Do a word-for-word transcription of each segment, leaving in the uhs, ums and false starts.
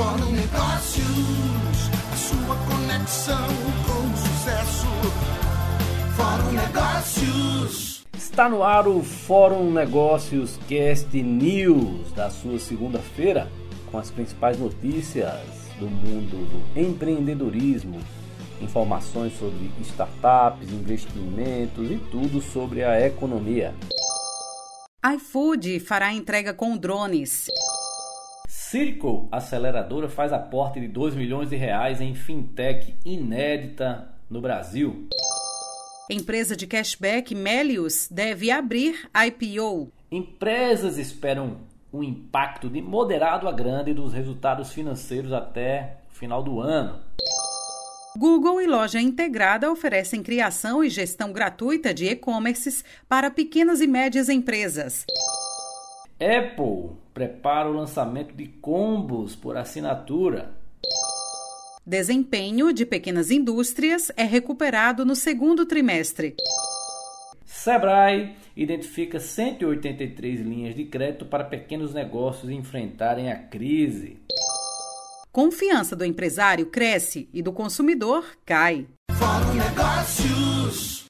Fórum Negócios, a sua conexão com o sucesso. Fórum Negócios. Está no ar o Fórum Negócios Cast News da sua segunda-feira, com as principais notícias do mundo do empreendedorismo, informações sobre startups, investimentos e tudo sobre a economia. iFood fará entrega com drones. Circle Aceleradora faz aporte de dois milhões de reais em fintech inédita no Brasil. Empresa de cashback Melius deve abrir I P O. Empresas esperam um impacto de moderado a grande dos resultados financeiros até o final do ano. Google e Loja Integrada oferecem criação e gestão gratuita de e-commerces para pequenas e médias empresas. Apple prepara o lançamento de combos por assinatura. Desempenho de pequenas indústrias é recuperado no segundo trimestre. Sebrae identifica cento e oitenta e três linhas de crédito para pequenos negócios enfrentarem a crise. Confiança do empresário cresce e do consumidor cai. Fórum Negócios.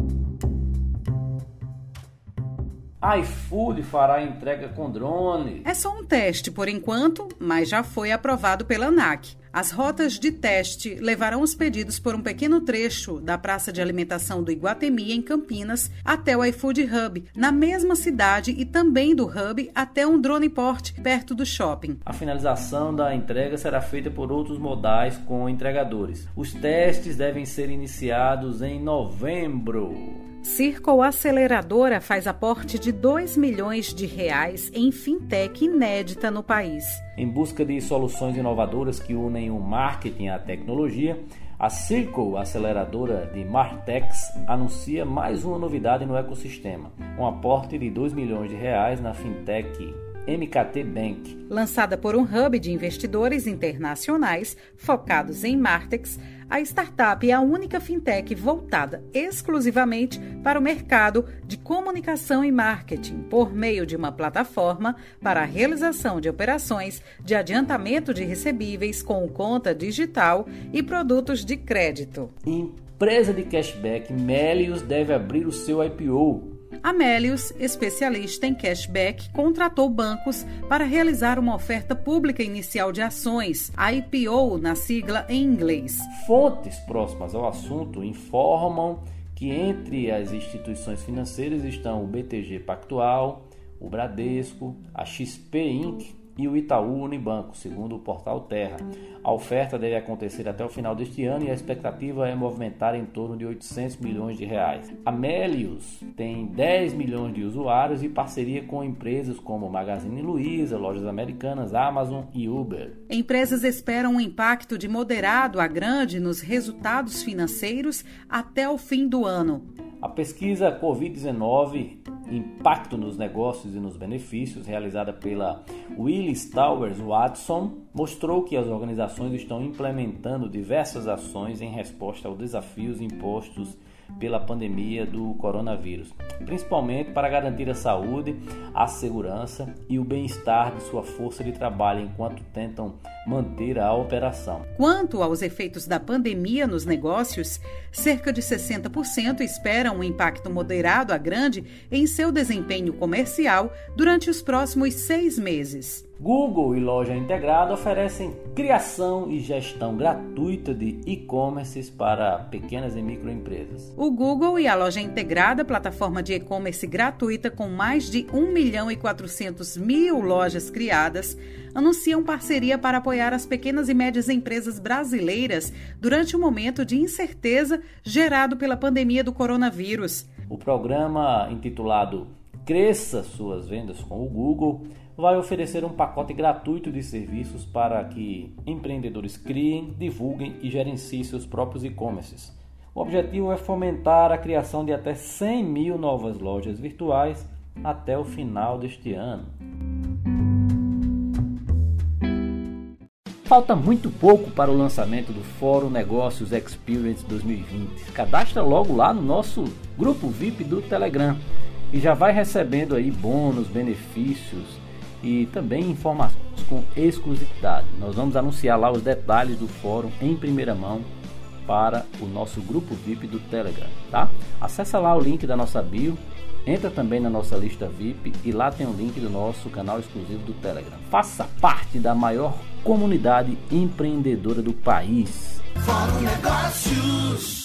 iFood fará entrega com drone. É só um teste por enquanto, mas já foi aprovado pela ANAC. As rotas de teste levarão os pedidos por um pequeno trecho da praça de alimentação do Iguatemi, em Campinas, até o iFood Hub, na mesma cidade, e também do Hub até um drone port, perto do shopping. A finalização da entrega será feita por outros modais com entregadores. Os testes devem ser iniciados em novembro. Circle Aceleradora faz aporte de dois milhões de reais em fintech inédita no país. Em busca de soluções inovadoras que unem o marketing à tecnologia, a Circle Aceleradora de Martex anuncia mais uma novidade no ecossistema, um aporte de dois milhões de reais na fintech M K T Bank. Lançada por um hub de investidores internacionais focados em Martex, a startup é a única fintech voltada exclusivamente para o mercado de comunicação e marketing, por meio de uma plataforma para a realização de operações de adiantamento de recebíveis com conta digital e produtos de crédito. Empresa de cashback Melius deve abrir o seu I P O. A Melius, especialista em cashback, contratou bancos para realizar uma oferta pública inicial de ações, I P O na sigla em inglês. Fontes próximas ao assunto informam que entre as instituições financeiras estão o B T G Pactual, o Bradesco, a X P Incorporated e o Itaú Unibanco, segundo o portal Terra. A oferta deve acontecer até o final deste ano e a expectativa é movimentar em torno de oitocentos milhões de reais. A Melius tem dez milhões de usuários e parceria com empresas como Magazine Luiza, Lojas Americanas, Amazon e Uber. Empresas esperam um impacto de moderado a grande nos resultados financeiros até o fim do ano. A pesquisa covid dezenove, Impacto nos Negócios e nos Benefícios, realizada pela Willis Towers Watson, mostrou que as organizações estão implementando diversas ações em resposta aos desafios impostos pela pandemia do coronavírus, principalmente para garantir a saúde, a segurança e o bem-estar de sua força de trabalho enquanto tentam manter a operação. Quanto aos efeitos da pandemia nos negócios, cerca de sessenta por cento esperam um impacto moderado a grande em seu desempenho comercial durante os próximos seis meses. Google e Loja Integrada oferecem criação e gestão gratuita de e-commerces para pequenas e microempresas. O Google e a Loja Integrada, plataforma de e-commerce gratuita com mais de um milhão e quatrocentos mil lojas criadas, anunciam parceria para apoiar as pequenas e médias empresas brasileiras durante o momento de incerteza gerado pela pandemia do coronavírus. O programa, intitulado Cresça Suas Vendas com o Google, vai oferecer um pacote gratuito de serviços para que empreendedores criem, divulguem e gerenciem seus próprios e-commerces. O objetivo é fomentar a criação de até cem mil novas lojas virtuais até o final deste ano. Falta muito pouco para o lançamento do Fórum Negócios Experience dois mil e vinte. Cadastra logo lá no nosso grupo V I P do Telegram e já vai recebendo aí bônus, benefícios e também informações com exclusividade. Nós vamos anunciar lá os detalhes do fórum em primeira mão para o nosso grupo V I P do Telegram, tá? Acessa lá o link da nossa bio, entra também na nossa lista V I P e lá tem o link do nosso canal exclusivo do Telegram. Faça parte da maior comunidade empreendedora do país. Fórum Negócios.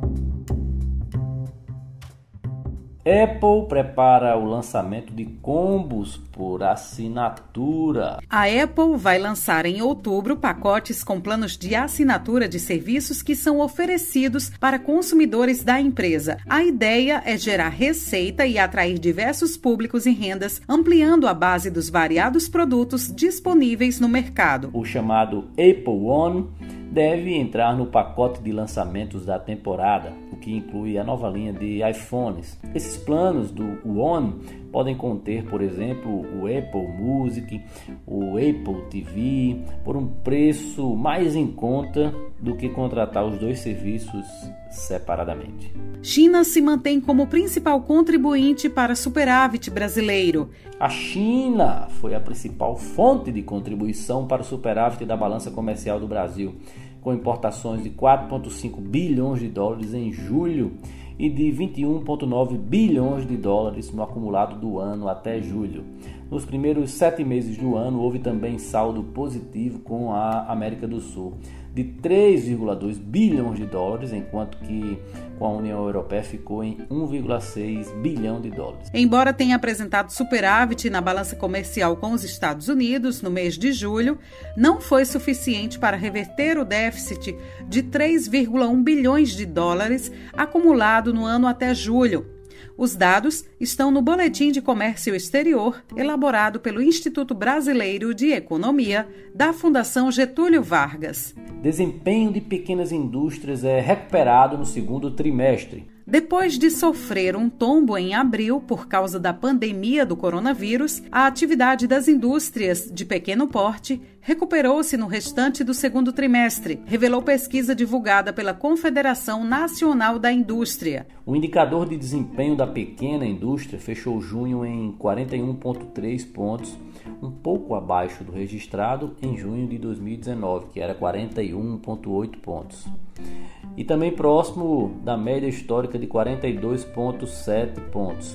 Apple prepara o lançamento de combos por assinatura. A Apple vai lançar em outubro pacotes com planos de assinatura de serviços que são oferecidos para consumidores da empresa. A ideia é gerar receita e atrair diversos públicos e rendas, ampliando a base dos variados produtos disponíveis no mercado. O chamado Apple One deve entrar no pacote de lançamentos da temporada, o que inclui a nova linha de iPhones. Esses planos do One podem conter, por exemplo, o Apple Music, o Apple T V, por um preço mais em conta do que contratar os dois serviços separadamente. China se mantém como principal contribuinte para o superávit brasileiro. A China foi a principal fonte de contribuição para o superávit da balança comercial do Brasil, com importações de quatro vírgula cinco bilhões de dólares em julho e de vinte e um vírgula nove bilhões de dólares no acumulado do ano até julho. Nos primeiros sete meses do ano, houve também saldo positivo com a América do Sul, de três vírgula dois bilhões de dólares, enquanto que com a União Europeia ficou em um vírgula seis bilhão de dólares. Embora tenha apresentado superávit na balança comercial com os Estados Unidos no mês de julho, não foi suficiente para reverter o déficit de três vírgula um bilhões de dólares acumulado no ano até julho. Os dados estão no Boletim de Comércio Exterior, elaborado pelo Instituto Brasileiro de Economia, da Fundação Getúlio Vargas. Desempenho de pequenas indústrias é recuperado no segundo trimestre. Depois de sofrer um tombo em abril por causa da pandemia do coronavírus, a atividade das indústrias de pequeno porte recuperou-se no restante do segundo trimestre, revelou pesquisa divulgada pela Confederação Nacional da Indústria. O indicador de desempenho da pequena indústria fechou junho em quarenta e um vírgula três pontos, um pouco abaixo do registrado em junho de dois mil e dezenove, que era quarenta e um vírgula oito pontos. E também próximo da média histórica de quarenta e dois vírgula sete pontos.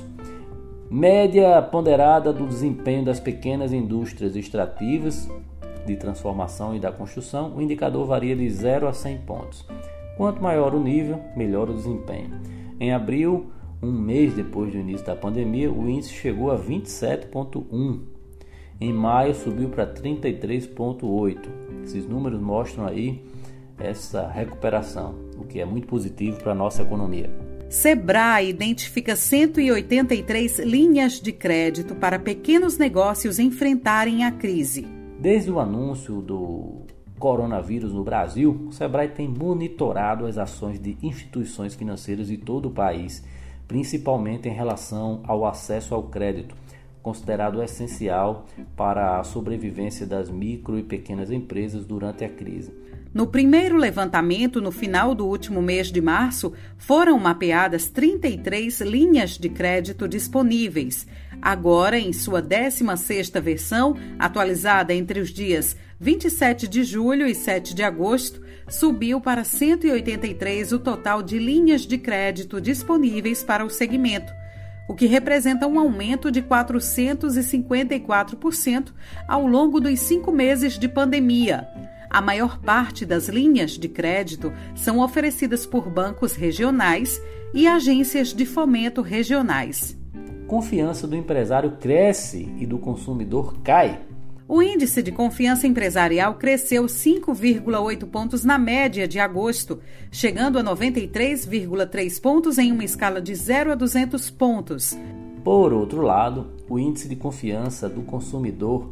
Média ponderada do desempenho das pequenas indústrias extrativas, de transformação e da construção, o indicador varia de zero a cem pontos. Quanto maior o nível, melhor o desempenho. Em abril, um mês depois do início da pandemia, o índice chegou a vinte e sete vírgula um. Em maio, subiu para trinta e três vírgula oito. Esses números mostram aí essa recuperação, o que é muito positivo para a nossa economia. Sebrae identifica cento e oitenta e três linhas de crédito para pequenos negócios enfrentarem a crise. Desde o anúncio do coronavírus no Brasil, o Sebrae tem monitorado as ações de instituições financeiras de todo o país, principalmente em relação ao acesso ao crédito, considerado essencial para a sobrevivência das micro e pequenas empresas durante a crise. No primeiro levantamento, no final do último mês de março, foram mapeadas trinta e três linhas de crédito disponíveis. Agora, em sua décima sexta versão, atualizada entre os dias vinte e sete de julho e sete de agosto, subiu para cento e oitenta e três o total de linhas de crédito disponíveis para o segmento, o que representa um aumento de quatrocentos e cinquenta e quatro por cento ao longo dos cinco meses de pandemia. A maior parte das linhas de crédito são oferecidas por bancos regionais e agências de fomento regionais. Confiança do empresário cresce e do consumidor cai. O índice de confiança empresarial cresceu cinco vírgula oito pontos na média de agosto, chegando a noventa e três vírgula três pontos em uma escala de zero a duzentos pontos. Por outro lado, o índice de confiança do consumidor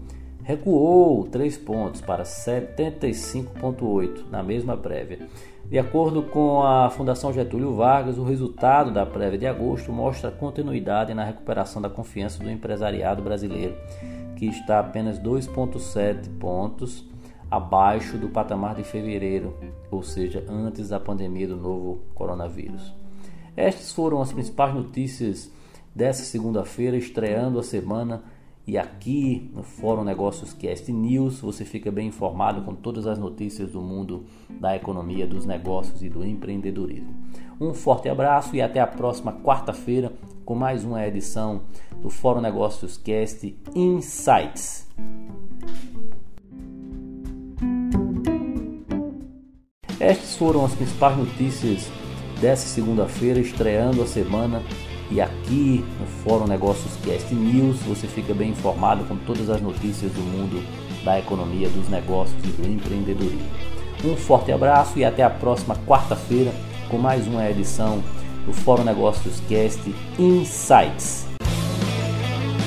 recuou três pontos para setenta e cinco vírgula oito na mesma prévia. De acordo com a Fundação Getúlio Vargas, o resultado da prévia de agosto mostra continuidade na recuperação da confiança do empresariado brasileiro, que está apenas dois vírgula sete pontos abaixo do patamar de fevereiro, ou seja, antes da pandemia do novo coronavírus. Estas foram as principais notícias dessa segunda-feira, estreando a semana E aqui no Fórum Negócios Cast News você fica bem informado com todas as notícias do mundo da economia, dos negócios e do empreendedorismo. Um forte abraço e até a próxima quarta-feira com mais uma edição do Fórum Negócios Cast Insights. Estas foram as principais notícias dessa segunda-feira, estreando a semana. E aqui no Fórum Negócios Cast News você fica bem informado com todas as notícias do mundo da economia, dos negócios e do empreendedorismo. Um forte abraço e até a próxima quarta-feira com mais uma edição do Fórum Negócios Cast Insights.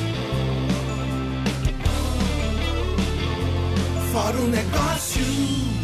Fórum Negócios.